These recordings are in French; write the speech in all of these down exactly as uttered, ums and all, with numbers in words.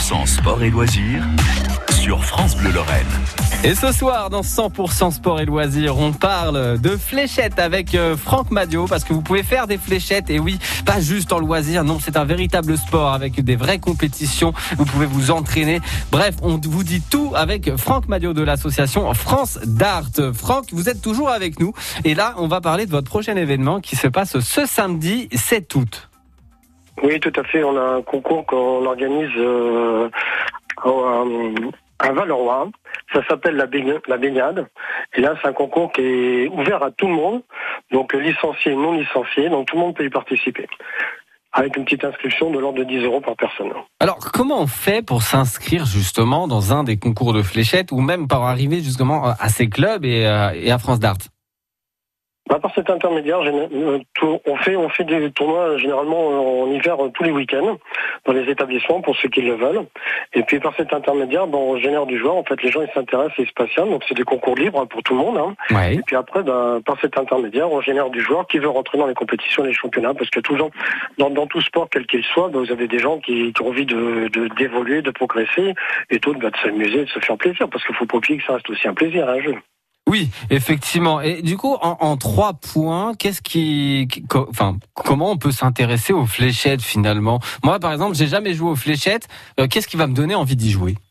cent sport et loisirs sur France Bleu Lorraine. Et ce soir, dans cent pour cent sport et loisirs, on parle de fléchettes avec Franck Madiot, parce que vous pouvez faire des fléchettes, et oui, pas juste en loisir, non, c'est un véritable sport avec des vraies compétitions, vous pouvez vous entraîner. Bref, on vous dit tout avec Franck Madiot de l'association France Dart. Franck, vous êtes toujours avec nous, et là, on va parler de votre prochain événement qui se passe ce samedi sept août. Oui, tout à fait, on a un concours qu'on organise euh, euh, à Valleroy. Ça s'appelle la baignade, la baignade. Et là, c'est un concours qui est ouvert à tout le monde, donc licencié et non licencié, donc tout le monde peut y participer, avec une petite inscription de l'ordre de dix euros par personne. Alors, comment on fait pour s'inscrire justement dans un des concours de fléchettes, ou même pour arriver justement à ces clubs et, et à France Dart? Bah, par cet intermédiaire, on fait, on fait des tournois généralement en hiver tous les week-ends dans les établissements pour ceux qui le veulent. Et puis par cet intermédiaire, bah, on génère du joueur. En fait, les gens ils s'intéressent et ils se passionnent. Donc c'est des concours libres pour tout le monde. Hein. Ouais. Et puis après, bah, par cet intermédiaire, on génère du joueur qui veut rentrer dans les compétitions, les championnats, parce que tout gens, dans, dans tout sport quel qu'il soit, bah, vous avez des gens qui, qui ont envie de, de d'évoluer, de progresser, et d'autres bah, de s'amuser, de se faire plaisir, parce qu'il faut pas oublier que ça reste aussi un plaisir, un jeu. Oui, effectivement. Et du coup, en, en trois points, qu'est-ce qui, qui, enfin, comment on peut s'intéresser aux fléchettes finalement? Moi, par exemple, j'ai jamais joué aux fléchettes. Euh, qu'est-ce qui va me donner envie d'y jouer?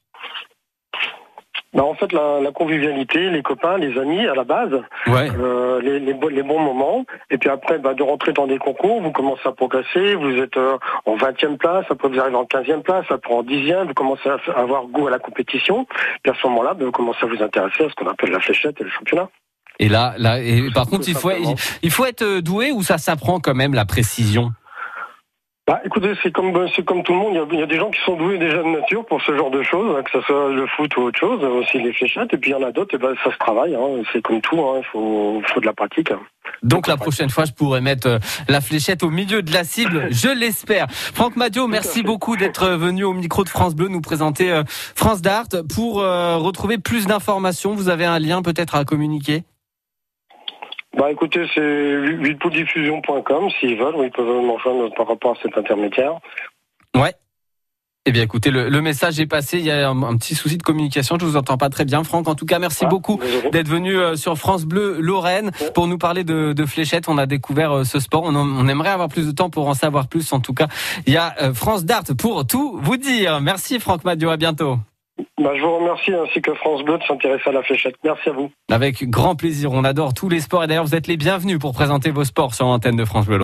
Bah en fait, la, la convivialité, les copains, les amis à la base, ouais. euh, les, les, les bons moments, et puis après, bah, de rentrer dans des concours, vous commencez à progresser, vous êtes euh, en vingtième place, après vous arrivez en quinzième place, après en dixième, vous commencez à avoir goût à la compétition, puis à ce moment-là, bah, vous commencez à vous intéresser à ce qu'on appelle la fléchette et le championnat. Et là, là, et par contre, il faut, il faut être doué, ou ça s'apprend quand même la précision? Bah, écoutez, c'est comme c'est comme tout le monde. Il y, a, il y a des gens qui sont doués déjà de nature pour ce genre de choses, que ce soit le foot ou autre chose, aussi les fléchettes. Et puis il y en a d'autres, et ben ça se travaille. Hein, c'est comme tout. Hein, il faut, faut de la pratique. Hein. Donc la prochaine fois, je pourrais mettre la fléchette au milieu de la cible, je l'espère. Franck Madiot, merci beaucoup d'être venu au micro de France Bleu nous présenter France Dart. Pour retrouver plus d'informations, vous avez un lien peut-être à communiquer? Bah écoutez, c'est huit pou diffusion point com s'ils veulent, ou ils peuvent m'en rejoindre par rapport à cet intermédiaire. Ouais. Eh bien écoutez, le, le message est passé, il y a un, un petit souci de communication, je vous entends pas très bien Franck. En tout cas, merci ah, beaucoup désolé. d'être venu sur France Bleu Lorraine ouais. pour nous parler de, de fléchettes. On a découvert ce sport, on, on aimerait avoir plus de temps pour en savoir plus. En tout cas, il y a France Dart pour tout vous dire. Merci Franck Madiot, à bientôt. Bah, je vous remercie ainsi que France Bleu de s'intéresser à la fléchette. Merci à vous. Avec grand plaisir, on adore tous les sports et d'ailleurs vous êtes les bienvenus pour présenter vos sports sur l'antenne de France Bleu.